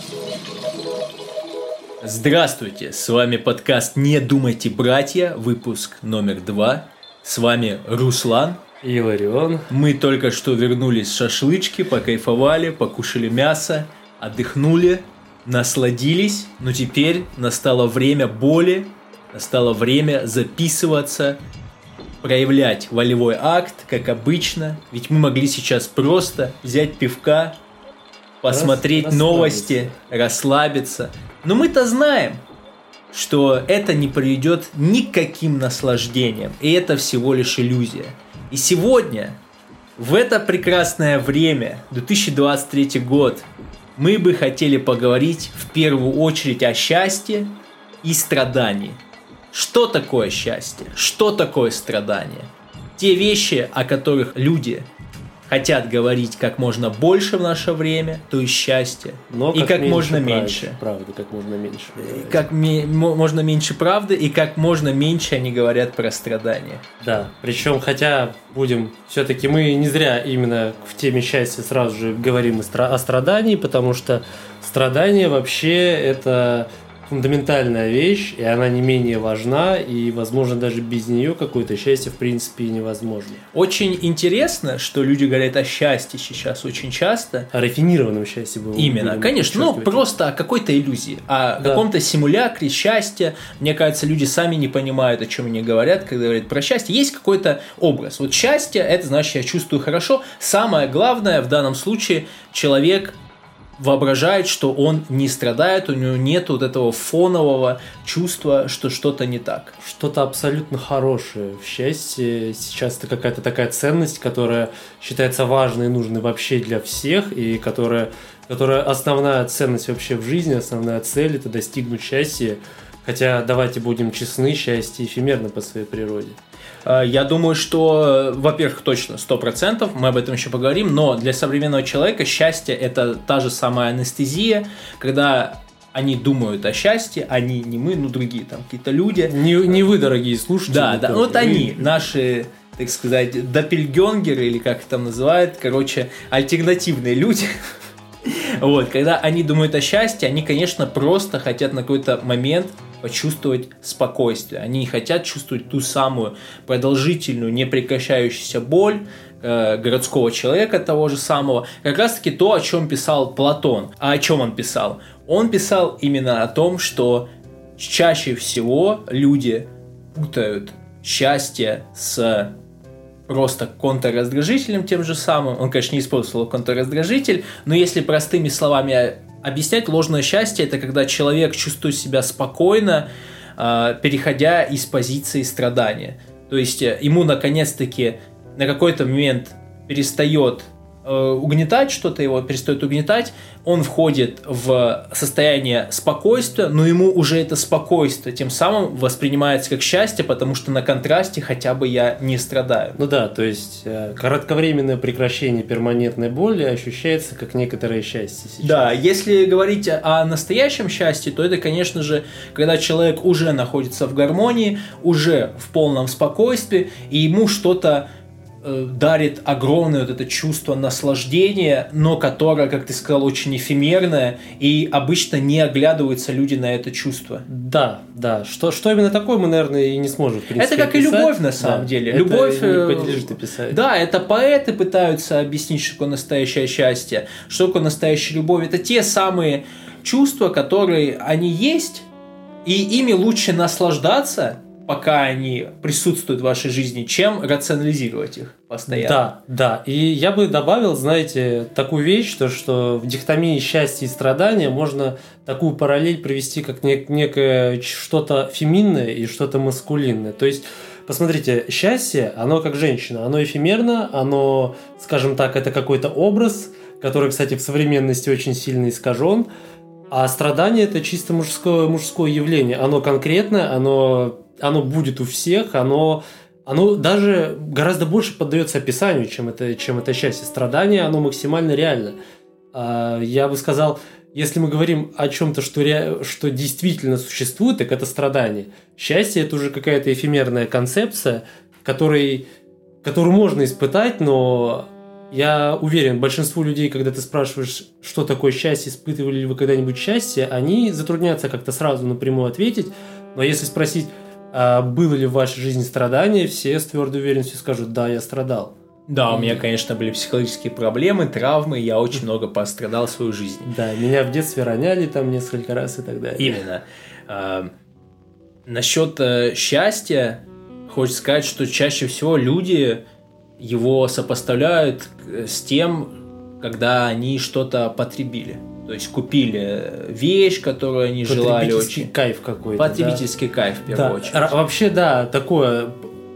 Здравствуйте, с вами подкаст «Не думайте, братья», выпуск номер 2. С вами Руслан и Иларион. Мы только что вернулись с шашлычки, покайфовали, покушали мясо, отдохнули, насладились. Но теперь настало время боли, настало время записываться, проявлять волевой акт, как обычно. Ведь мы могли сейчас просто взять пивка, посмотреть новости, расслабиться. Но мы-то знаем, что это не приведет ни к каким наслаждениям, и это всего лишь иллюзия. И сегодня, в это прекрасное время, 2023 год, мы бы хотели поговорить в первую очередь о счастье и страдании. Что такое счастье? Что такое страдание? Те вещи, о которых люди хотят говорить как можно больше в наше время, то есть счастье, но и как можно меньше. Правды, как можно меньше. Как можно меньше правды, и как можно меньше они говорят про страдания. Да, причем, хотя все-таки мы не зря именно в теме счастья сразу же говорим о страдании, потому что страдание вообще это фундаментальная вещь, и она не менее важна, и, возможно, даже без нее какое-то счастье в принципе невозможно. Очень интересно, что люди говорят о счастье сейчас очень часто. О рафинированном счастье было. Именно, конечно, просто о какой-то иллюзии, о каком-то симулякре счастья. Мне кажется, люди сами не понимают, о чем они говорят, когда говорят про счастье. Есть какой-то образ. Вот счастье, это значит, я чувствую хорошо. Самое главное в данном случае, человек воображает, что он не страдает, у него нет вот этого фонового чувства, что что-то не так. Что-то абсолютно хорошее в счастье. Сейчас это какая-то такая ценность, которая считается важной и нужной вообще для всех, и которая основная ценность вообще в жизни, основная цель – это достигнуть счастья. Хотя, давайте будем честны, счастье эфемерно по своей природе. Я думаю, что, во-первых, точно, 100%, мы об этом еще поговорим, но для современного человека счастье – это та же самая анестезия, когда они думают о счастье, они, не мы, но другие там какие-то люди. Не вы, дорогие слушатели. Да, вот они, наши, так сказать, доппельгенгеры, или как их там называют, альтернативные люди. Вот, когда они думают о счастье, они, конечно, просто хотят на какой-то момент почувствовать спокойствие. Они не хотят чувствовать ту самую продолжительную, непрекращающуюся боль городского человека того же самого. Как раз таки то, о чем писал Платон. А о чем он писал? Он писал именно о том, что чаще всего люди путают счастье с просто контрраздражителем тем же самым. Он, конечно, не использовал контрраздражитель, но если простыми словами объяснять, ложное счастье – это когда человек чувствует себя спокойно, переходя из позиции страдания. То есть ему наконец-таки на какой-то момент перестает угнетать что-то, его перестает угнетать, он входит в состояние спокойствия, но ему уже это спокойствие тем самым воспринимается как счастье, потому что на контрасте хотя бы я не страдаю. Ну да, то есть кратковременное прекращение перманентной боли ощущается как некоторое счастье сейчас. Да, если говорить о настоящем счастье, то это, конечно же, когда человек уже находится в гармонии, уже в полном спокойствии, и ему что-то дарит огромное вот это чувство наслаждения, но которое, как ты сказал, очень эфемерное, и обычно не оглядываются люди на это чувство. Да. Что именно такое, мы, наверное, и не сможем, в принципе, это как описать. И любовь, на самом деле. Это Любовь не подлежит описанию. Да, это поэты пытаются объяснить, что такое настоящее счастье, что такое настоящая любовь. Это те самые чувства, которые они есть, и ими лучше наслаждаться, пока они присутствуют в вашей жизни, чем рационализировать их постоянно. Да. И я бы добавил, знаете, такую вещь, что в дихотомии счастья и страдания можно такую параллель привести, как некое что-то феминное и что-то маскулинное. То есть, посмотрите, счастье, оно как женщина, оно эфемерно, оно, скажем так, это какой-то образ, который, кстати, в современности очень сильно искажен, а страдание – это чисто мужское явление. Оно конкретное, оно будет у всех, оно даже гораздо больше поддается описанию, чем это счастье. Страдание, оно максимально реально. Я бы сказал, если мы говорим о чем-то, что действительно существует, так это страдание. Счастье – это уже какая-то эфемерная концепция, которую можно испытать, но Я уверен, большинству людей, когда ты спрашиваешь, что такое счастье, испытывали ли вы когда-нибудь счастье, они затруднятся как-то сразу напрямую ответить. Но если спросить, а было ли в вашей жизни страдания, все с твердой уверенностью скажут: да, я страдал. Да, у меня, конечно, были психологические проблемы, травмы, я очень много пострадал в свою жизнь. Да, меня в детстве роняли там несколько раз и так далее. Именно. Насчет счастья, хочется сказать, что чаще всего люди его сопоставляют с тем, когда они что-то потребили. То есть купили вещь, которую они желали очень. Потребительский кайф какой-то. Потребительский кайф, в первую очередь. Вообще, да, такое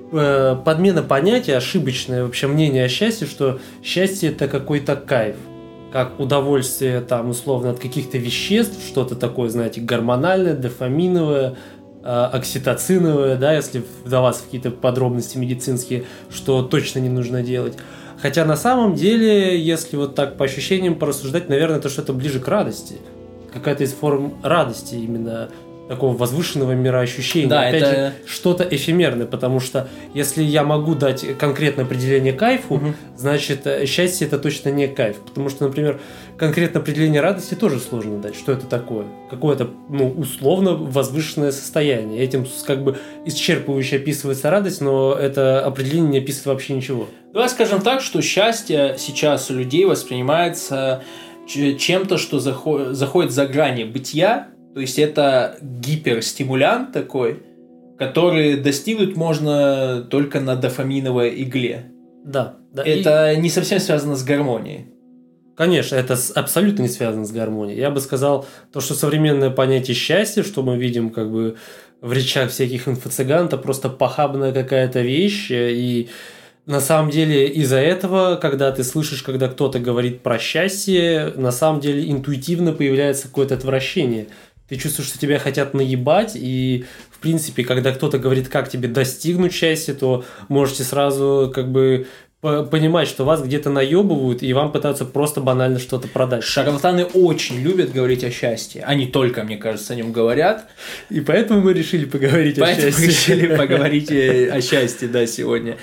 подмена понятия, ошибочное вообще мнение о счастье, что счастье – это какой-то кайф. Как удовольствие, там, условно, от каких-то веществ, что-то такое, знаете, гормональное, дофаминовое, окситоциновое, да, если вдаваться в какие-то подробности медицинские, что точно не нужно делать. Хотя на самом деле, если вот так по ощущениям порассуждать, наверное, это что-то ближе к радости. Какая-то из форм радости именно такого возвышенного мироощущения. Да, опять это же, что-то эфемерное, потому что если я могу дать конкретное определение кайфу, значит, счастье – это точно не кайф. Потому что, например, конкретное определение радости тоже сложно дать. Что это такое? Какое-то, условно возвышенное состояние. Этим как бы исчерпывающе описывается радость, но это определение не описывает вообще ничего. Давай скажем так, что счастье сейчас у людей воспринимается чем-то, что заходит за грани бытия. То есть это гиперстимулянт такой, который достигнуть можно только на дофаминовой игле. Да. Это не совсем связано с гармонией. Конечно, это абсолютно не связано с гармонией. Я бы сказал, то, что современное понятие счастья, что мы видим как бы в речах всяких инфо-цыган, просто похабная какая-то вещь. И на самом деле из-за этого, когда ты слышишь, когда кто-то говорит про счастье, на самом деле интуитивно появляется какое-то отвращение. Ты чувствуешь, что тебя хотят наебать, и, в принципе, когда кто-то говорит, как тебе достигнуть счастья, то можете сразу как бы понимать, что вас где-то наебывают, и вам пытаются просто банально что-то продать. Шарлатаны очень любят говорить о счастье. Они только, мне кажется, о нем говорят. И поэтому мы решили поговорить о счастье. Поэтому решили поговорить о счастье, да, сегодня.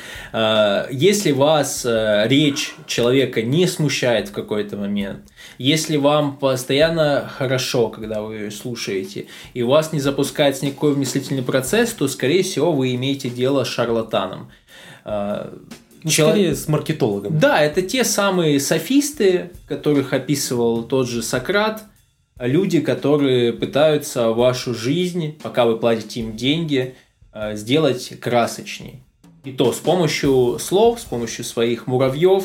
Если вас речь человека не смущает в какой-то момент, если вам постоянно хорошо, когда вы слушаете, и у вас не запускается никакой мыслительный процесс, то, скорее всего, вы имеете дело с шарлатаном. Скорее с маркетологом. Да, это те самые софисты, которых описывал тот же Сократ, люди, которые пытаются вашу жизнь, пока вы платите им деньги, сделать красочней. И то с помощью слов, с помощью своих муравьев.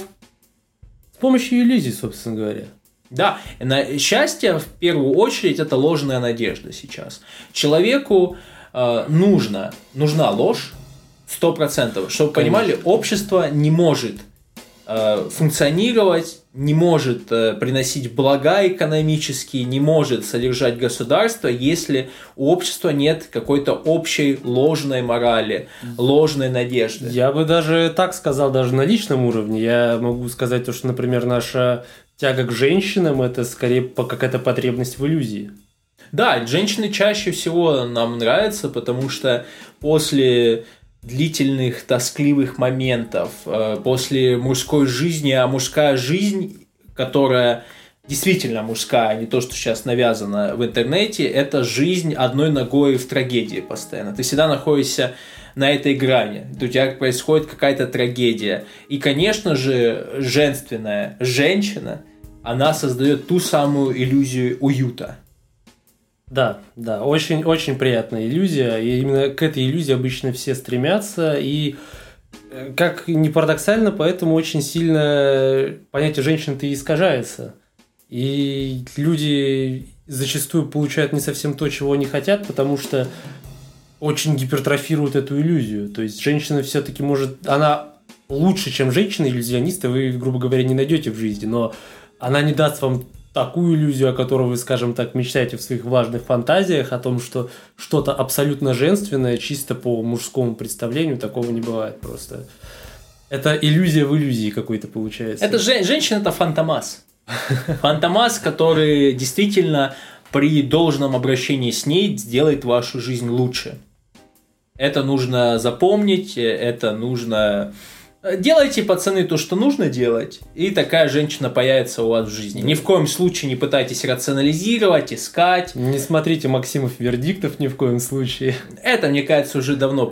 С помощью иллюзий, собственно говоря. Да, счастье в первую очередь это ложная надежда сейчас. Человеку нужна ложь, 100%. Чтобы понимали, общество не может функционировать, не может приносить блага экономические, не может содержать государство, если у общества нет какой-то общей ложной морали, ложной надежды. Я бы даже так сказал, даже на личном уровне. Я могу сказать то, что, например, наша тяга к женщинам – это скорее какая-то потребность в иллюзии. Да, женщины чаще всего нам нравятся, потому что после длительных тоскливых моментов, после мужской жизни, а мужская жизнь, которая действительно мужская, а не то, что сейчас навязано в интернете, это жизнь одной ногой в трагедии постоянно. Ты всегда находишься на этой грани, у тебя происходит какая-то трагедия. И, конечно же, женственная женщина, она создает ту самую иллюзию уюта. Да, очень приятная иллюзия, и именно к этой иллюзии обычно все стремятся, и как ни парадоксально, поэтому очень сильно понятие женщины-то и искажается, и люди зачастую получают не совсем то, чего они хотят, потому что очень гипертрофируют эту иллюзию, то есть женщина все-таки может, она лучше, чем женщина-иллюзиониста, вы, грубо говоря, не найдете в жизни, но она не даст вам такую иллюзию, о которой вы, скажем так, мечтаете в своих влажных фантазиях, о том, что что-то абсолютно женственное, чисто по мужскому представлению, такого не бывает просто. Это иллюзия в иллюзии какой-то получается. Это женщина – это фантомас. Фантомас, который действительно при должном обращении с ней сделает вашу жизнь лучше. Это нужно запомнить, это нужно Делайте, пацаны, то, что нужно делать, и такая женщина появится у вас в жизни. Ни в коем случае не пытайтесь рационализировать, искать. Не смотрите Максимов вердиктов ни в коем случае. Это, мне кажется, уже давно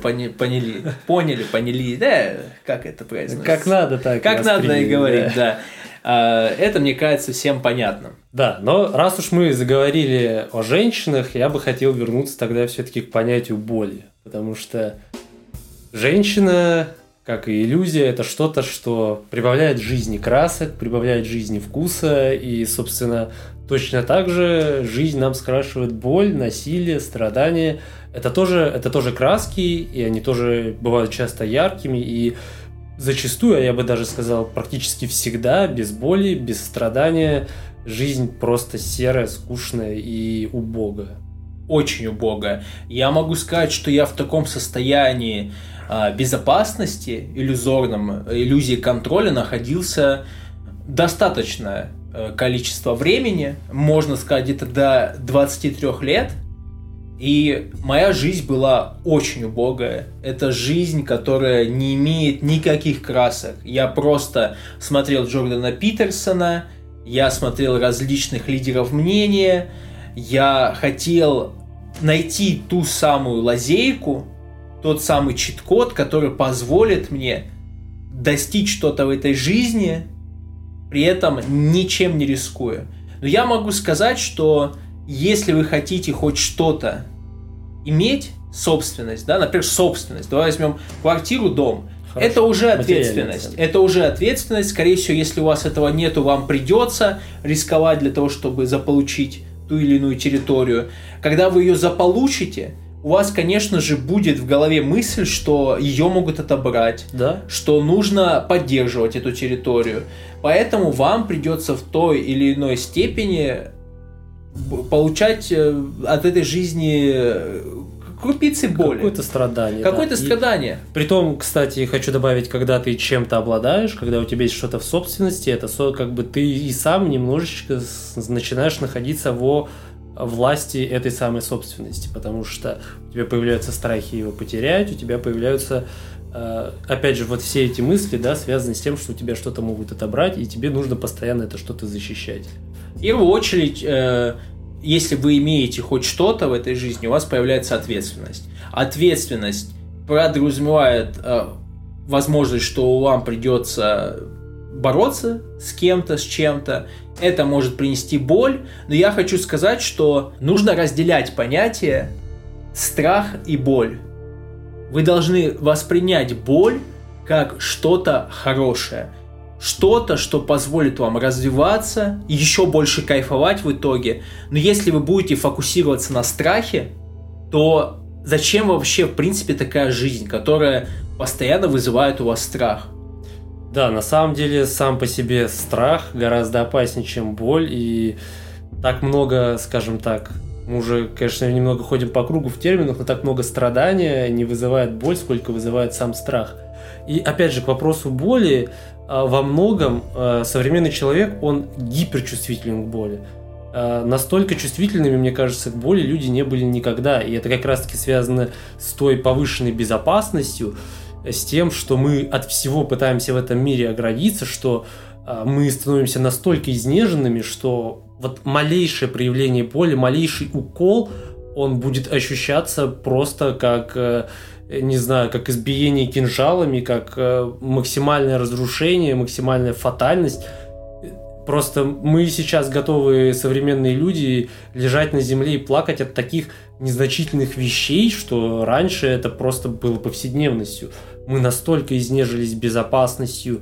поняли. Да, как это произносится? Как надо, так как надо и говорить, да. Это, мне кажется, всем понятно. Да, но раз уж мы заговорили о женщинах, я бы хотел вернуться тогда все-таки к понятию боли. Потому что женщина, как и иллюзия, это что-то, что прибавляет жизни красок, прибавляет жизни вкуса. И, собственно, точно так же жизнь нам скрашивает боль, насилие, страдания. Это тоже краски, и они тоже бывают часто яркими. И зачастую, я бы даже сказал, практически всегда, без боли, без страдания, жизнь просто серая, скучная и убогая. Очень убогая. Я могу сказать, что я в таком состоянии безопасности, иллюзорном, иллюзии контроля находился достаточное количество времени, можно сказать, где-то до 23 лет. И моя жизнь была очень убогая. Это жизнь, которая не имеет никаких красок. Я просто смотрел Джордана Питерсона, я смотрел различных лидеров мнения, я хотел найти ту самую лазейку, тот самый чит-код, который позволит мне достичь что-то в этой жизни, при этом ничем не рискуя. Но я могу сказать, что если вы хотите хоть что-то иметь, собственность, да, например, собственность, давай возьмем квартиру, дом, хорошо. Это уже ответственность. Это уже ответственность. Скорее всего, если у вас этого нету, вам придется рисковать для того, чтобы заполучить ту или иную территорию. Когда вы ее заполучите, у вас, конечно же, будет в голове мысль, что ее могут отобрать, да? Что нужно поддерживать эту территорию. Поэтому вам придется в той или иной степени получать от этой жизни крупицы боли. Какое-то страдание. Какое-то страдание. Притом, кстати, хочу добавить, когда ты чем-то обладаешь, когда у тебя есть что-то в собственности, это как бы ты и сам немножечко начинаешь находиться во власти этой самой собственности, потому что у тебя появляются страхи его потерять, у тебя появляются, опять же, вот все эти мысли, да, связаны с тем, что у тебя что-то могут отобрать, и тебе нужно постоянно это что-то защищать. В первую очередь, если вы имеете хоть что-то в этой жизни, у вас появляется ответственность. Ответственность подразумевает возможность, что вам придется бороться с кем-то, с чем-то. Это может принести боль, но я хочу сказать, что нужно разделять понятия страх и боль. Вы должны воспринять боль как что-то хорошее. Что-то, что позволит вам развиваться, еще больше кайфовать в итоге. Но если вы будете фокусироваться на страхе, то зачем вообще, в принципе, такая жизнь, которая постоянно вызывает у вас страх? Да, на самом деле, сам по себе страх гораздо опаснее, чем боль. И так много, скажем так, мы уже, конечно, немного ходим по кругу в терминах, но так много страдания не вызывает боль, сколько вызывает сам страх. И опять же, к вопросу боли, во многом современный человек, он гиперчувствителен к боли. Настолько чувствительными, мне кажется, к боли люди не были никогда. И это как раз-таки связано с той повышенной безопасностью, с тем, что мы от всего пытаемся в этом мире оградиться, что мы становимся настолько изнеженными, что вот малейшее проявление боли, малейший укол, он будет ощущаться просто как, не знаю, как избиение кинжалами, как максимальное разрушение, максимальная фатальность. Просто мы сейчас готовы, современные люди, лежать на земле и плакать от таких незначительных вещей, что раньше это просто было повседневностью. Мы настолько изнежились безопасностью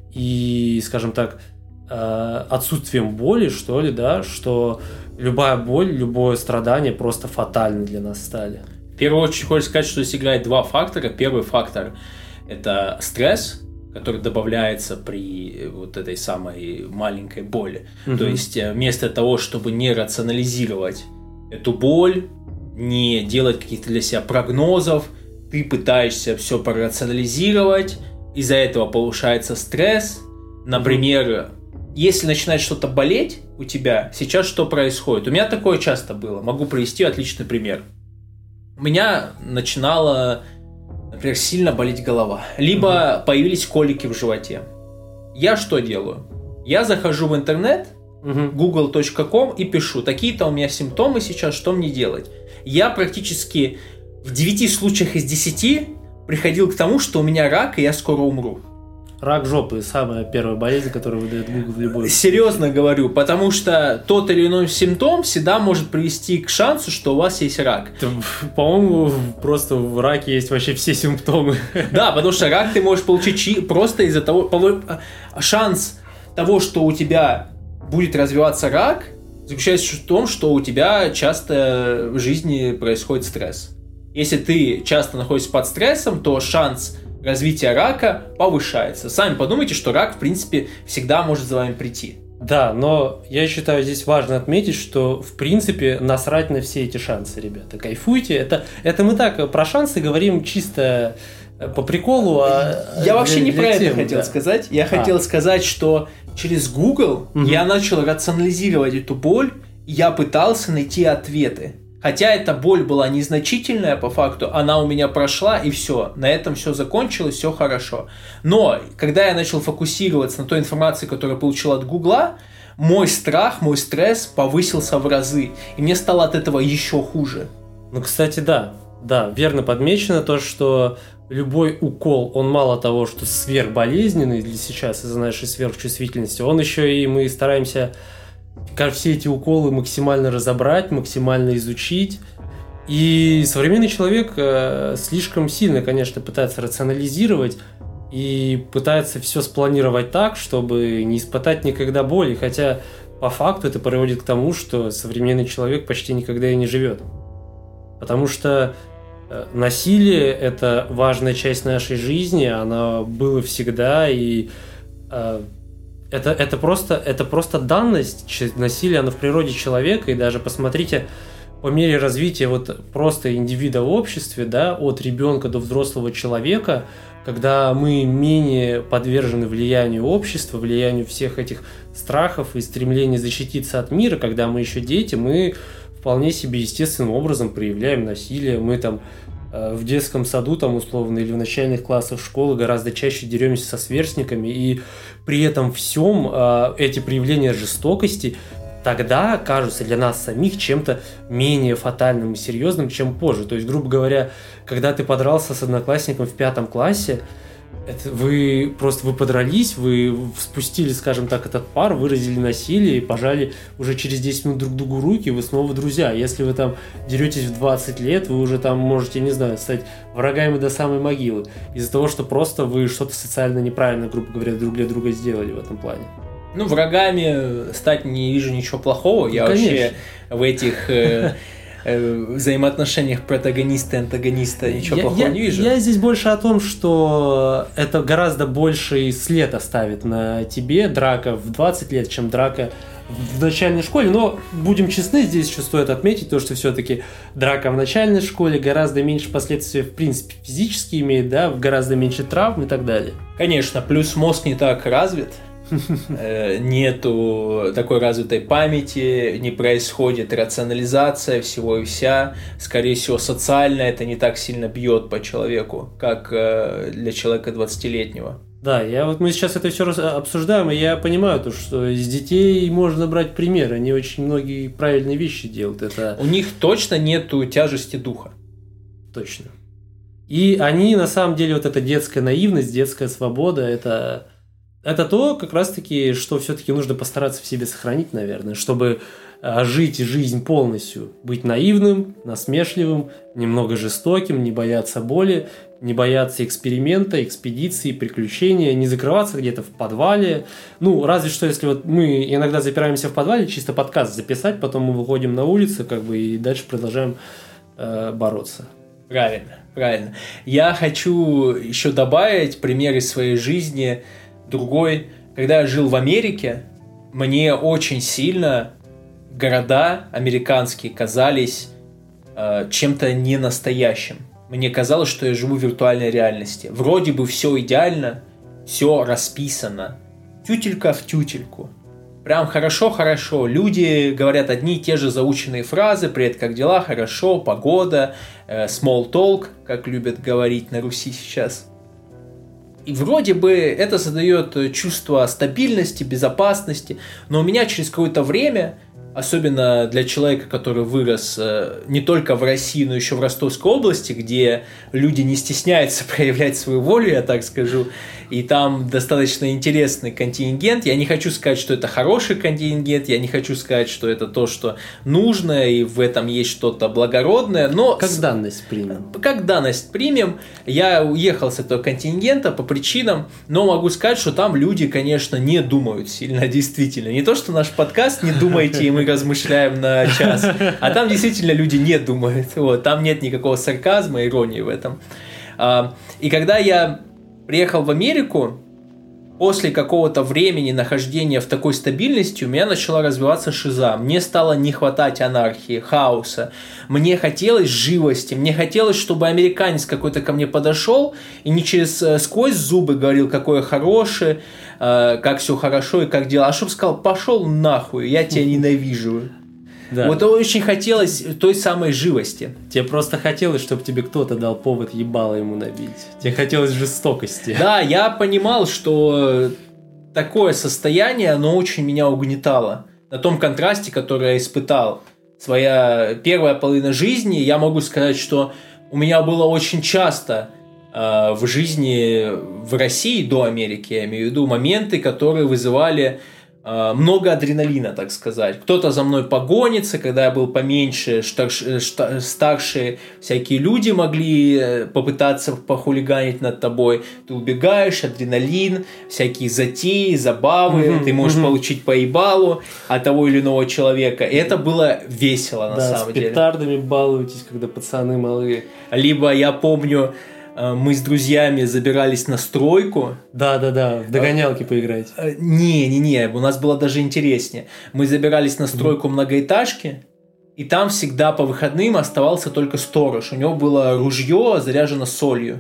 и, скажем так, отсутствием боли, что ли, да, что любая боль, любое страдание просто фатальны для нас стали. В первую очередь хочется сказать, что здесь играет два фактора. Первый фактор – это стресс, который добавляется при вот этой самой маленькой боли. То есть вместо того, чтобы не рационализировать эту боль, не делать каких-то для себя прогнозов, ты пытаешься все прорационализировать, из-за этого повышается стресс. Например, если начинает что-то болеть у тебя, сейчас что происходит? У меня такое часто было. Могу привести отличный пример. У меня начинало например, сильно болеть голова, либо появились колики в животе. Я что делаю? Я захожу в интернет, google.com и пишу, такие-то у меня симптомы сейчас, что мне делать? Я практически в 9 случаях из 10 приходил к тому, что у меня рак, и я скоро умру. Рак жопы – самая первая болезнь, которую выдает Google в любой... Серьезно говорю, потому что тот или иной симптом всегда может привести к шансу, что у вас есть рак. По-моему, просто в раке есть вообще все симптомы. Да, потому что рак ты можешь получить просто из-за того... Шанс того, что у тебя будет развиваться рак, заключается в том, что у тебя часто в жизни происходит стресс. Если ты часто находишься под стрессом, то шанс развития рака повышается. Сами подумайте, что рак, в принципе, всегда может за вами прийти. Да, но я считаю, здесь важно отметить, что, в принципе, насрать на все эти шансы, ребята. Кайфуйте. Это мы так про шансы говорим чисто по приколу. Я вообще не про это хотел сказать. Я хотел сказать, что через Google я начал рационализировать эту боль, и я пытался найти ответы. Хотя эта боль была незначительная по факту, она у меня прошла, и все, на этом все закончилось, все хорошо. Но, когда я начал фокусироваться на той информации, которую я получил от Гугла, мой страх, мой стресс повысился в разы, и мне стало от этого еще хуже. Ну, кстати, да, верно подмечено то, что любой укол, он мало того, что сверхболезненный для сейчас из-за нашей сверхчувствительности, он еще и мы стараемся... все эти уколы максимально разобрать, максимально изучить. И современный человек слишком сильно, конечно, пытается рационализировать и пытается все спланировать так, чтобы не испытать никогда боли. Хотя по факту это приводит к тому, что современный человек почти никогда и не живет. Потому что насилие – это важная часть нашей жизни, оно было всегда, и это просто данность, насилие, оно в природе человека, и даже посмотрите, по мере развития вот просто индивида в обществе, да, от ребенка до взрослого человека, когда мы менее подвержены влиянию общества, влиянию всех этих страхов и стремления защититься от мира, когда мы еще дети, мы вполне себе естественным образом проявляем насилие, мы там в детском саду, там, условно, или в начальных классах школы гораздо чаще деремся со сверстниками, и при этом всем эти проявления жестокости тогда кажутся для нас самих чем-то менее фатальным и серьезным, чем позже. То есть, грубо говоря, когда ты подрался с одноклассником в 5 классе, вы подрались, вы спустили, скажем так, этот пар, выразили насилие и пожали уже через 10 минут друг другу руки, и вы снова друзья. Если вы там деретесь в 20 лет, вы уже там можете, не знаю, стать врагами до самой могилы. Из-за того, что просто вы что-то социально неправильно, грубо говоря, друг для друга сделали в этом плане. Ну, врагами стать не вижу ничего плохого. Я вообще в этих... взаимоотношениях протагониста и антагониста ничего плохого не вижу. Я здесь больше о том, что это гораздо больший след оставит на тебе драка в 20 лет, чем драка в начальной школе. Но будем честны, здесь еще стоит отметить то, что все-таки драка в начальной школе гораздо меньше последствий, в принципе, физически имеет, да, гораздо меньше травм и так далее. Конечно, плюс мозг не так развит. Нету такой развитой памяти, не происходит рационализация всего и вся. Скорее всего, социально это не так сильно бьет по человеку, как для человека 20-летнего. Да, мы сейчас это все обсуждаем, и я понимаю, что из детей можно брать пример. Они очень многие правильные вещи делают. У них точно нету тяжести духа. Точно. И они, на самом деле, вот эта детская наивность, детская свобода, это то, как раз-таки, что все-таки нужно постараться в себе сохранить, наверное, чтобы жить жизнь полностью, быть наивным, насмешливым, немного жестоким, не бояться боли, не бояться эксперимента, экспедиции, приключения, не закрываться где-то в подвале. Ну, разве что, если вот мы иногда запираемся в подвале, чисто подкаст записать, потом мы выходим на улицу, и дальше продолжаем бороться. Правильно. Я хочу еще добавить пример из своей жизни. Другой, когда я жил в Америке, мне очень сильно города американские казались чем-то ненастоящим. Мне казалось, что я живу в виртуальной реальности. Вроде бы все идеально, все расписано. Тютелька в тютельку. прям хорошо-хорошо. Люди говорят одни и те же заученные фразы, привет, как дела, хорошо, погода, small talk, как любят говорить на Руси сейчас. И вроде бы это создает чувство стабильности, безопасности, но у меня через какое-то время, особенно для человека, который вырос не только в России, но еще в Ростовской области, где люди не стесняются проявлять свою волю, я так скажу, и там достаточно интересный контингент. Я не хочу сказать, что это хороший контингент, я не хочу сказать, что это то, что нужно, и в этом есть что-то благородное, но... Как данность примем. Как данность примем. Я уехал с этого контингента по причинам, но могу сказать, что там люди, конечно, не думают сильно, действительно. Не то, что наш подкаст «Не думайте», и мы размышляем на час, а там действительно люди не думают. Вот, там нет никакого сарказма, иронии в этом. И когда я приехал в Америку, после какого-то времени нахождения в такой стабильности у меня начала развиваться шиза. Мне стало не хватать анархии, хаоса. Мне хотелось живости. Мне хотелось, чтобы американец какой-то ко мне подошел и не сквозь зубы говорил, какое хорошее, как все хорошо и как дела, а чтобы сказал, пошел нахуй, я тебя ненавижу. Да. Вот очень хотелось той самой живости. Тебе просто хотелось, чтобы тебе кто-то дал повод ебало ему набить. Тебе хотелось жестокости. Да, я понимал, что такое состояние, оно очень меня угнетало. На том контрасте, который я испытал. Своя первая половина жизни, я могу сказать, что у меня было очень часто в жизни в России до Америки, я имею в виду, моменты, которые вызывали много адреналина, так сказать. Кто-то за мной погонится, когда я был поменьше, старшие всякие люди могли попытаться похулиганить над тобой. Ты убегаешь, адреналин, всякие затеи, забавы, ты можешь получить по ебалу от того или иного человека. И это было весело на самом деле. Да, с петардами балуетесь, когда пацаны малые. Либо я помню, мы с друзьями забирались на стройку. Да, в догонялки поиграть. Не, у нас было даже интереснее. Мы забирались на стройку многоэтажки, и там всегда по выходным оставался только сторож. У него было ружье, заряжено солью.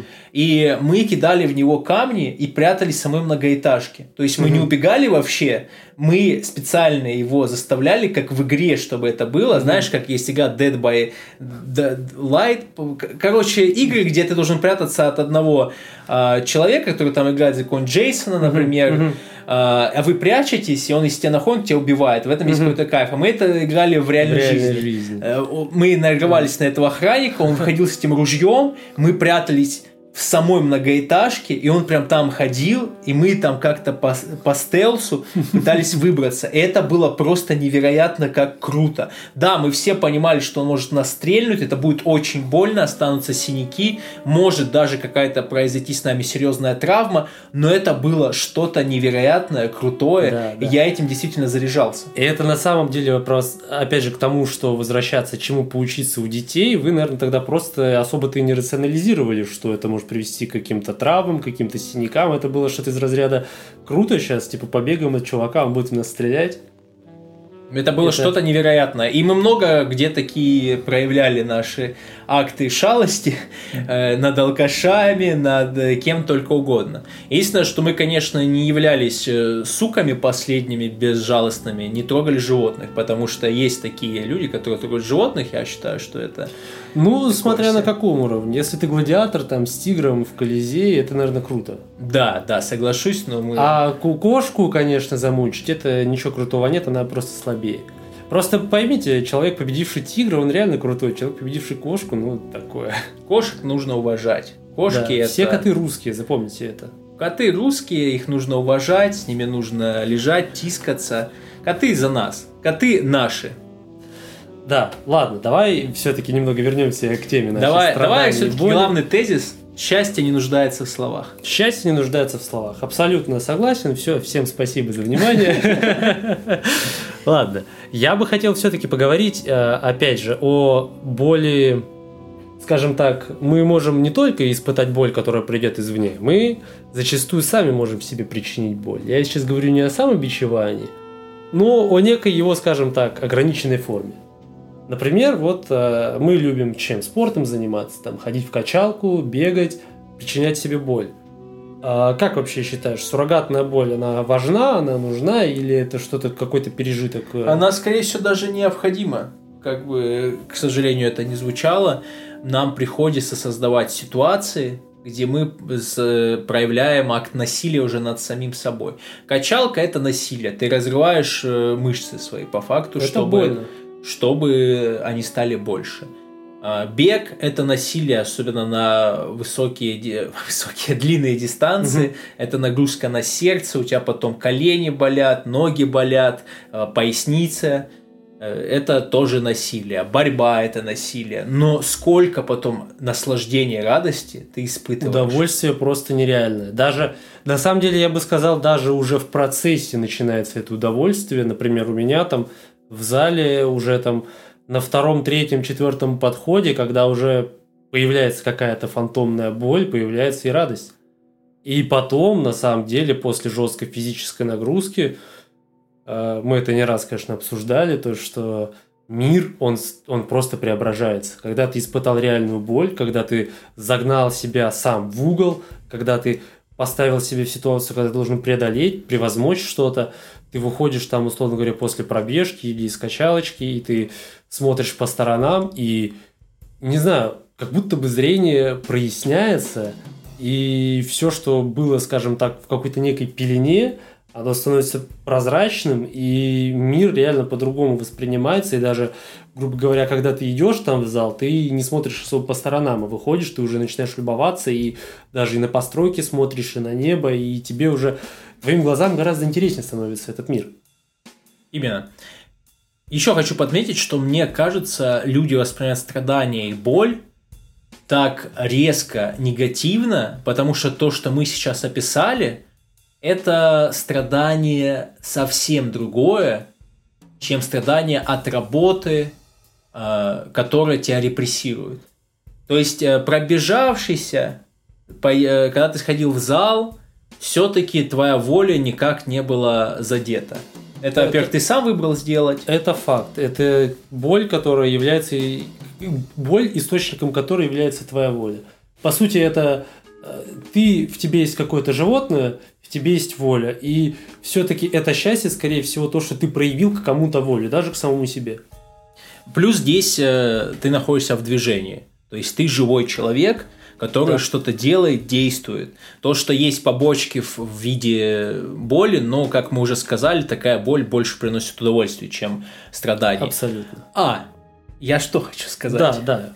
И мы кидали в него камни и прятались в самой многоэтажке. То есть мы не убегали вообще, мы специально его заставляли, как в игре, чтобы это было. Знаешь, как есть игра Dead by Light. Короче, игры, где ты должен прятаться от одного человека, который там играет за какого-нибудь Джейсона, например. А вы прячетесь, и он из тебя находит, тебя убивает. В этом есть какой-то кайф. А мы это играли в реальной жизни. Мы нарывались на этого охранника, он выходил с этим ружьем, мы прятались в самой многоэтажке, и он прям там ходил, и мы там как-то по стелсу пытались выбраться. И это было просто невероятно как круто. Да, мы все понимали, что он может нас стрельнуть, это будет очень больно, останутся синяки, может даже какая-то произойти с нами серьезная травма, но это было что-то невероятное, крутое, и я этим действительно заряжался. И это на самом деле вопрос, опять же, к тому, что возвращаться, чему поучиться у детей, вы, наверное, тогда просто особо-то и не рационализировали, что это может привести к каким-то травмам, каким-то синякам. Это было что-то из разряда круто сейчас, типа побегаем от чувака, он будет в нас стрелять. Это было что-то невероятное. И мы много где такие проявляли наши акты шалости над алкашами, над кем только угодно. Единственное, что мы, конечно, не являлись суками последними, безжалостными, не трогали животных, потому что есть такие люди, которые трогают животных, я считаю, что это... Ну, смотря на каком уровне. Если ты гладиатор там с тигром в Колизее, это, наверное, круто. Да, соглашусь, но мы... А кошку, конечно, замучить, это ничего крутого нет, она просто слабее. Просто поймите, человек, победивший тигра, он реально крутой. Человек, победивший кошку, ну, такое. Кошек нужно уважать. Кошки это... Все коты русские, запомните это. Коты русские, их нужно уважать, с ними нужно лежать, тискаться. Коты за нас, коты наши. Да, ладно, давай все-таки немного вернемся к теме нашей страданий. Давай все-таки главный тезис. Счастье не нуждается в словах. Счастье не нуждается в словах. Абсолютно согласен. Все, всем спасибо за внимание. Ладно, я бы хотел все-таки поговорить, опять же, о боли, скажем так, мы можем не только испытать боль, которая придет извне, мы зачастую сами можем себе причинить боль. Я сейчас говорю не о самобичевании, но о некой его, скажем так, ограниченной форме. Например, вот мы любим чем? Спортом заниматься, там, ходить в качалку, бегать, причинять себе боль. А как вообще считаешь, суррогатная боль, она важна, она нужна, или это что-то, какой-то пережиток? Она, скорее всего, даже необходима. Как бы, к сожалению, это не звучало. Нам приходится создавать ситуации, где мы проявляем акт насилия уже над самим собой. Качалка – это насилие. Ты разрываешь мышцы свои по факту, чтобы они стали больше. Бег – это насилие, особенно на высокие длинные дистанции. Это нагрузка на сердце, у тебя потом колени болят, ноги болят, поясница. Это тоже насилие. Борьба – это насилие. Но сколько потом наслаждения, радости ты испытываешь? Удовольствие просто нереальное. Даже, на самом деле, я бы сказал, даже уже в процессе начинается это удовольствие. Например, у меня там в зале уже там на втором, третьем, четвертом подходе, когда уже появляется какая-то фантомная боль, появляется и радость. И потом, на самом деле, после жесткой физической нагрузки, мы это не раз, конечно, обсуждали, то, что мир, он просто преображается. Когда ты испытал реальную боль, когда ты загнал себя сам в угол, когда ты поставил себя в ситуацию, когда ты должен преодолеть, превозмочь что-то, ты выходишь там, условно говоря, после пробежки или из качалочки, и ты смотришь по сторонам, и, не знаю, как будто бы зрение проясняется, и все, что было, скажем так, в какой-то некой пелене, оно становится прозрачным, и мир реально по-другому воспринимается, и даже, грубо говоря, когда ты идешь там в зал, ты не смотришь особо по сторонам, а выходишь, ты уже начинаешь любоваться, и даже и на постройки смотришь, и на небо, и тебе уже, твоим глазам гораздо интереснее становится этот мир. Именно. Еще хочу подметить, что мне кажется, люди воспринимают страдания и боль так резко негативно, потому что то, что мы сейчас описали, это страдание совсем другое, чем страдание от работы, которая тебя репрессирует. То есть пробежавшийся, когда ты сходил в зал, все-таки твоя воля никак не была задета. Это, во-первых, ты сам выбрал сделать. Это факт. Это боль, которая является... Боль, источником которой является твоя воля. По сути, это... в тебе есть какое-то животное, в тебе есть воля. И все-таки это счастье, скорее всего, то, что ты проявил к кому-то волю, даже к самому себе. Плюс здесь ты находишься в движении. То есть ты живой человек, который что-то делает, действует. То, что есть побочки в виде боли, но, как мы уже сказали, такая боль больше приносит удовольствие, чем страдания. Абсолютно. Я что хочу сказать? Да.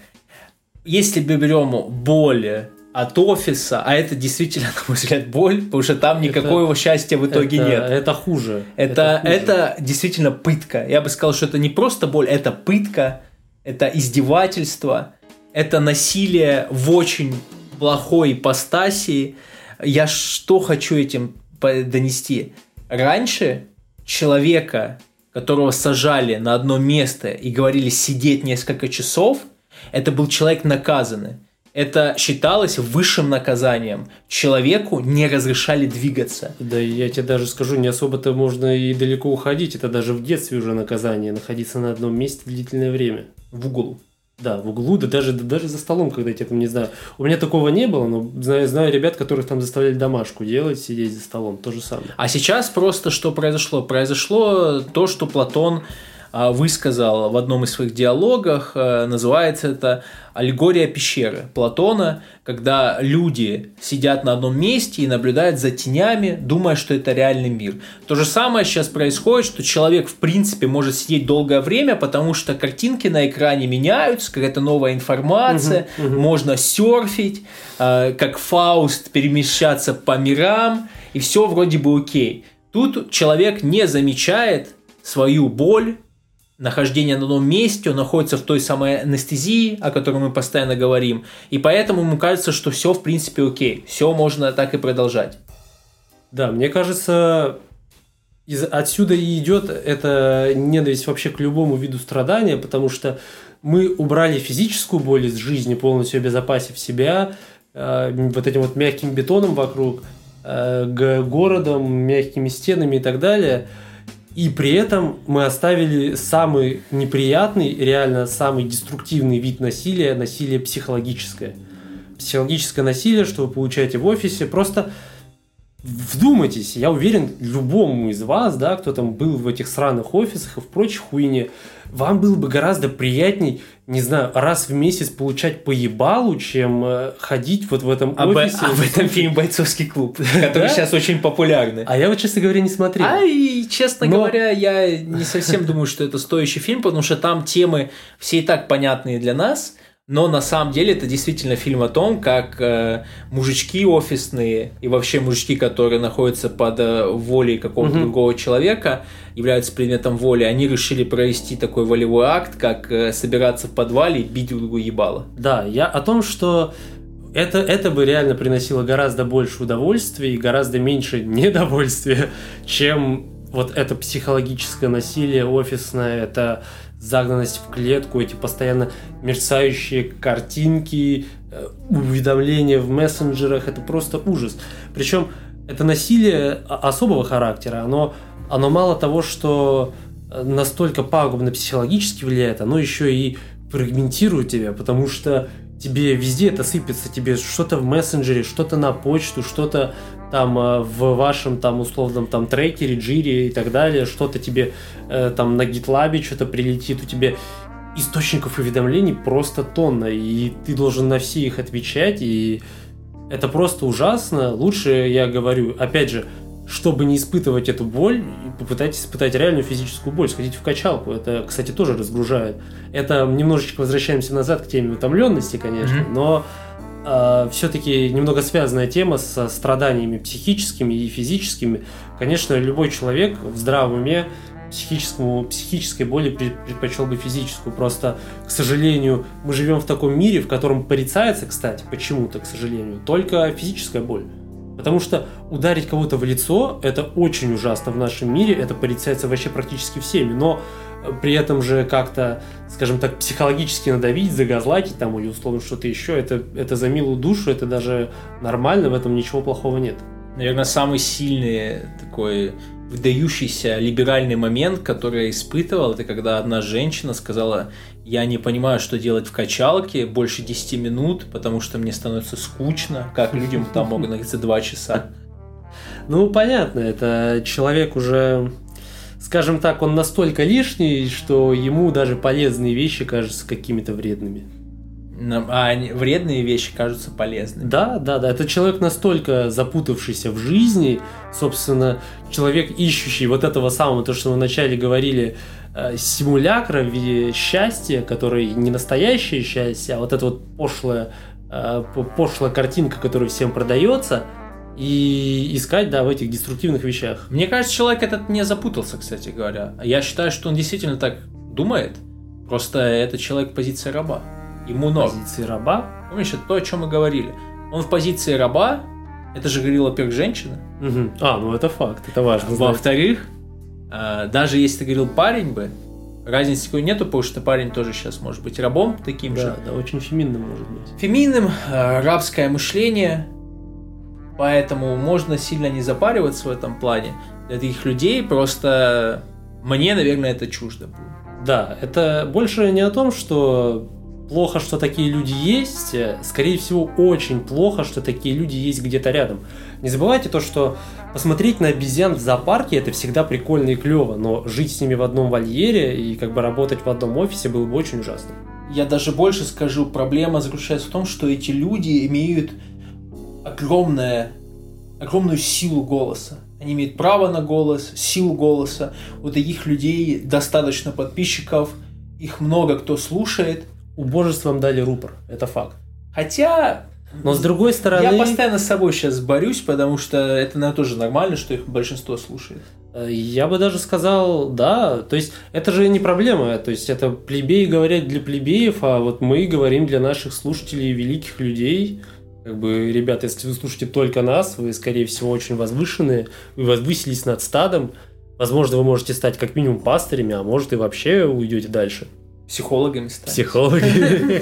Если мы берем боль от офиса, а это действительно, на мой взгляд, боль, потому что там никакого счастья в итоге нет. Это хуже. Это действительно пытка. Я бы сказал, что это не просто боль, это пытка, это издевательство, это насилие в очень плохой ипостаси. Я что хочу этим донести? Раньше человека, которого сажали на одно место и говорили сидеть несколько часов, это был человек наказанный. Это считалось высшим наказанием. Человеку не разрешали двигаться. Да, я тебе даже скажу, не особо-то можно и далеко уходить. Это даже в детстве уже наказание, находиться на одном месте длительное время. В углу. Да, в углу, да даже за столом, когда я там не знаю. У меня такого не было, но знаю ребят, которых там заставляли домашку делать, сидеть за столом, то же самое. А сейчас просто что произошло? Произошло то, что Платон высказал в одном из своих диалогов, называется это «Аллегория пещеры» Платона, когда люди сидят на одном месте и наблюдают за тенями, думая, что это реальный мир. То же самое сейчас происходит, что человек в принципе может сидеть долгое время, потому что картинки на экране меняются, какая-то новая информация, можно серфить, как Фауст перемещаться по мирам, и все вроде бы окей. Тут человек не замечает свою боль, нахождение на одном месте, он находится в той самой анестезии, о которой мы постоянно говорим, и поэтому ему кажется, что все в принципе окей, все можно так и продолжать. Да, мне кажется, отсюда и идет эта ненависть вообще к любому виду страдания, потому что мы убрали физическую боль из жизни, полностью обезопасив себя вот этим вот мягким бетоном вокруг, городом, мягкими стенами и так далее. И при этом мы оставили самый неприятный, реально самый деструктивный вид насилия – насилие психологическое. Психологическое насилие, что вы получаете в офисе, просто вдумайтесь, я уверен, любому из вас, да, кто там был в этих сраных офисах и в прочей хуйне, вам было бы гораздо приятней, не знаю, раз в месяц получать по ебалу, чем ходить вот в этом офисе. В этом фильме «Бойцовский клуб», который сейчас очень популярный. А я вот, честно говоря, не смотрел. Честно говоря, я не совсем думаю, что это стоящий фильм, потому что там темы все и так понятные для нас. Но на самом деле это действительно фильм о том, как мужички офисные и вообще мужички, которые находятся под волей какого-то другого человека, являются предметом воли, они решили провести такой волевой акт, как собираться в подвале и бить друг друга ебало. Да, я о том, что это бы реально приносило гораздо больше удовольствия и гораздо меньше недовольствия, чем вот это психологическое насилие офисное, это загнанность в клетку, эти постоянно мерцающие картинки, уведомления в мессенджерах, это просто ужас. Причем это насилие особого характера, оно мало того, что настолько пагубно психологически влияет, оно еще и фрагментирует тебя, потому что тебе везде это сыпется, тебе что-то в мессенджере, что-то на почту, что-то там в вашем там условном там трекере, джире и так далее, что-то тебе там на GitLab что-то прилетит, у тебя источников уведомлений просто тонна, и ты должен на все их отвечать, и это просто ужасно. Лучше, я говорю, опять же, чтобы не испытывать эту боль, попытайтесь испытать реальную физическую боль, сходите в качалку. Это, кстати, тоже разгружает. Это немножечко возвращаемся назад к теме утомленности, конечно, но все-таки немного связанная тема со страданиями психическими и физическими. Конечно, любой человек в здравом уме психической боли предпочел бы физическую. Просто, к сожалению, мы живем в таком мире, в котором порицается, кстати, почему-то, к сожалению, только физическая боль. Потому что ударить кого-то в лицо – это очень ужасно в нашем мире, это порицается вообще практически всеми, но при этом же как-то, скажем так, психологически надавить, загазлайтить там или условно что-то еще, это за милую душу, это даже нормально, в этом ничего плохого нет. Наверное, самый сильный такой выдающийся либеральный момент, который я испытывал, это когда одна женщина сказала: я не понимаю, что делать в качалке больше 10 минут, потому что мне становится скучно, как людям там могут находиться 2 часа. Ну, понятно, это человек уже, скажем так, он настолько лишний, что ему даже полезные вещи кажутся какими-то вредными. А вредные вещи кажутся полезными. Да, это человек настолько запутавшийся в жизни, собственно, человек, ищущий вот этого самого, то, что мы вначале говорили, симулякра в виде счастья, который не настоящее счастье, а вот эта вот пошлая картинка, которая всем продается, и искать, да, в этих деструктивных вещах. Мне кажется, человек этот не запутался, кстати говоря. Я считаю, что он действительно так думает, просто это человек в позиции раба. Ему норм. Позиции раба? Помнишь, это то, о чем мы говорили. Он в позиции раба, это же говорила, во-первых, женщина. Угу. Ну это факт, это важно. Во-вторых, даже если ты говорил парень бы, разницы никакой нету, потому что парень тоже сейчас может быть рабом таким же. Да, очень феминным может быть. Феминным, рабское мышление, поэтому можно сильно не запариваться в этом плане. Для таких людей просто мне, наверное, это чуждо было. Да, это больше не о том, что плохо, что такие люди есть, скорее всего, очень плохо, что такие люди есть где-то рядом. Не забывайте то, что посмотреть на обезьян в зоопарке – это всегда прикольно и клево, но жить с ними в одном вольере и как бы работать в одном офисе было бы очень ужасно. Я даже больше скажу, проблема заключается в том, что эти люди имеют огромную силу голоса. Они имеют право на голос, силу голоса. У таких людей достаточно подписчиков, их много кто слушает. Убожеством дали рупор, это факт. Хотя, но с другой стороны... Я постоянно с собой сейчас борюсь, потому что это, наверное, тоже нормально, что их большинство слушает. Я бы даже сказал, да, то есть это же не проблема, то есть это плебеи говорят для плебеев, а вот мы говорим для наших слушателей, великих людей. Как бы, ребята, если вы слушаете только нас, вы, скорее всего, очень возвышенные, вы возвысились над стадом, возможно, вы можете стать как минимум пастырями, а может и вообще уйдете дальше. Психологами стать. Психологами.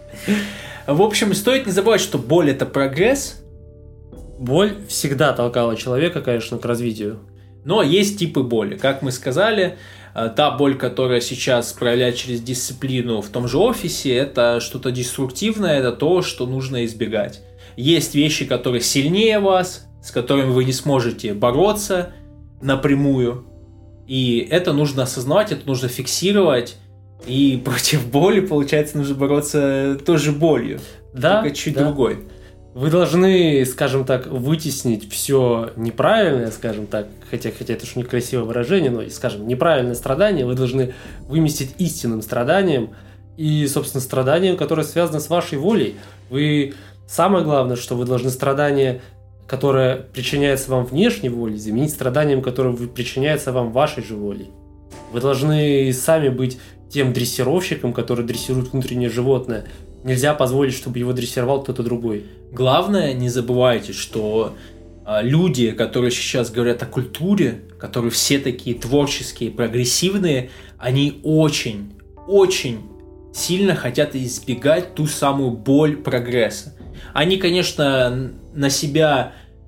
В общем, стоит не забывать, что боль – это прогресс. Боль всегда толкала человека, конечно, к развитию. Но есть типы боли. Как мы сказали, та боль, которая сейчас проявляет через дисциплину в том же офисе, это что-то деструктивное, это то, что нужно избегать. Есть вещи, которые сильнее вас, с которыми вы не сможете бороться напрямую. И это нужно осознавать, это нужно фиксировать. И против боли, получается, нужно бороться тоже болью. Да, только чуть да. другой. Вы должны, скажем так, вытеснить все неправильное, скажем так, хотя это уж некрасивое выражение, но, скажем, неправильное страдание вы должны выместить истинным страданием и, собственно, страданием, которое связано с вашей волей. Самое главное, что вы должны страдание, которое причиняется вам внешней волей, заменить страданием, которое причиняется вам вашей же волей. Вы должны сами быть тем дрессировщиком, который дрессирует внутреннее животное. Нельзя позволить, чтобы его дрессировал кто-то другой. Главное, не забывайте, что люди, которые сейчас говорят о культуре, которые все такие творческие, прогрессивные, они очень, очень сильно хотят избегать ту самую боль прогресса. Они, конечно, на себе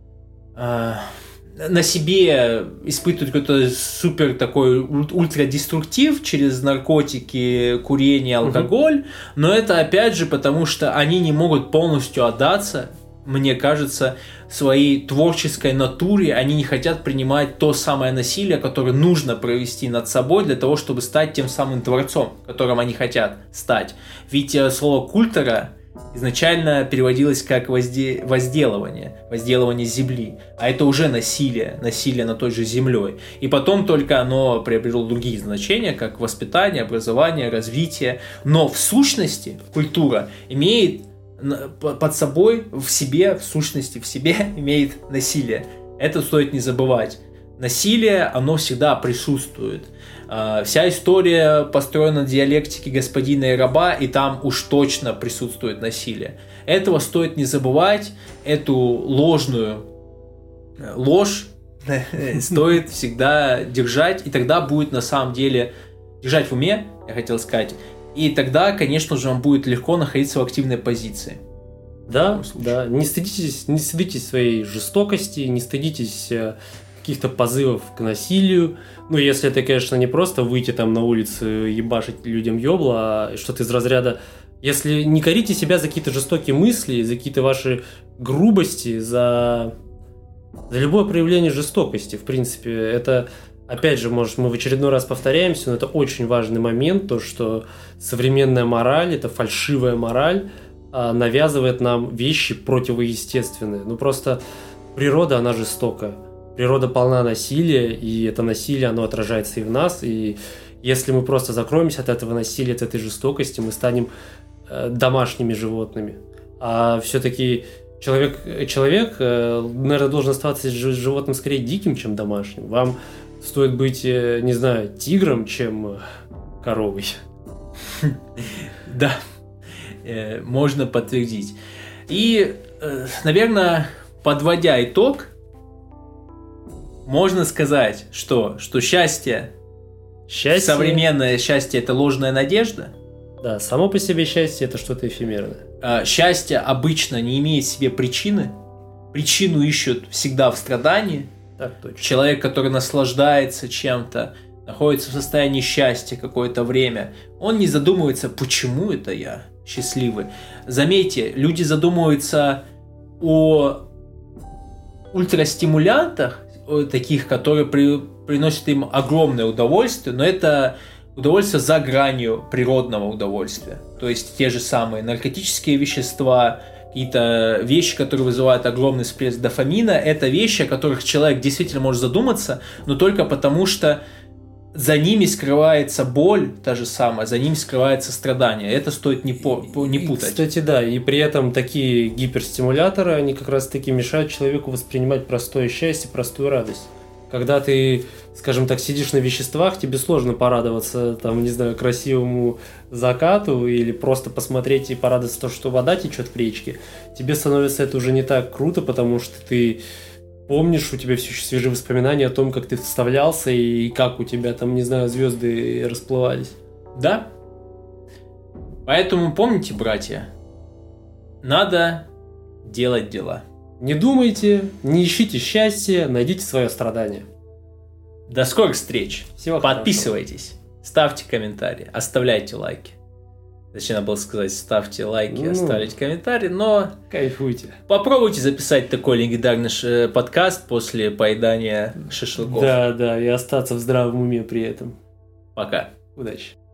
испытывают какой-то супер такой ультрадеструктив через наркотики, курение, алкоголь, но это опять же потому, что они не могут полностью отдаться, мне кажется, своей творческой натуре, они не хотят принимать то самое насилие, которое нужно провести над собой для того, чтобы стать тем самым творцом, которым они хотят стать. Ведь слово «культура» изначально переводилось как возделывание земли, а это уже насилие над той же землей. И потом только оно приобрело другие значения, как воспитание, образование, развитие. Но в сущности культура имеет под собой, в себе имеет насилие. Это стоит не забывать. Насилие, оно всегда присутствует. Вся история построена на диалектике господина и раба, и там уж точно присутствует насилие. Этого стоит не забывать, эту ложь стоит всегда держать, и тогда будет на самом деле держать в уме, я хотел сказать, и тогда, конечно же, вам будет легко находиться в активной позиции. Да, не стыдитесь своей жестокости, не стыдитесь каких-то позывов к насилию. Ну, если это, конечно, не просто выйти там на улицу и ебашить людям ёбла, а что-то из разряда... Если не корите себя за какие-то жестокие мысли, за какие-то ваши грубости, за любое проявление жестокости, в принципе, это... Опять же, может, мы в очередной раз повторяемся, но это очень важный момент, то, что современная мораль, это фальшивая мораль, навязывает нам вещи противоестественные. Ну, просто природа, она жестокая. Природа полна насилия, и это насилие, оно отражается и в нас, и если мы просто закроемся от этого насилия, от этой жестокости, мы станем домашними животными. А все-таки человек, наверное, должен оставаться животным скорее диким, чем домашним. Вам стоит быть, не знаю, тигром, чем коровой. Да, можно подтвердить. И, наверное, подводя итог, можно сказать, что счастье, современное счастье – это ложная надежда. Да, само по себе счастье – это что-то эфемерное. Счастье обычно не имеет в себе причины. Причину ищут всегда в страдании. Так точно. Человек, который наслаждается чем-то, находится в состоянии счастья какое-то время, он не задумывается, почему это я счастливый. Заметьте, люди задумываются о ультрастимулянтах, таких, которые приносят им огромное удовольствие, но это удовольствие за гранью природного удовольствия. То есть те же самые наркотические вещества, какие-то вещи, которые вызывают огромный всплеск дофамина, это вещи, о которых человек действительно может задуматься, но только потому, что за ними скрывается боль, та же самая, за ними скрывается страдание. Это стоит не путать. Кстати, да, и при этом такие гиперстимуляторы, они как раз-таки мешают человеку воспринимать простое счастье, простую радость. Когда ты, скажем так, сидишь на веществах, тебе сложно порадоваться, там, не знаю, красивому закату или просто посмотреть и порадоваться то, что вода течет в речке. Тебе становится это уже не так круто, потому что ты помнишь, у тебя все еще свежие воспоминания о том, как ты вставлялся и как у тебя там, не знаю, звезды расплывались. Да. Поэтому помните, братья, надо делать дела. Не думайте, не ищите счастья, найдите свое страдание. До скорых встреч. Всего Подписывайтесь, ставьте комментарии, оставляйте лайки. Точнее, надо было сказать, ставьте лайки, оставить комментарий, но... Кайфуйте. Попробуйте записать такой легендарный подкаст после поедания шашлыков. Да, и остаться в здравом уме при этом. Пока. Удачи.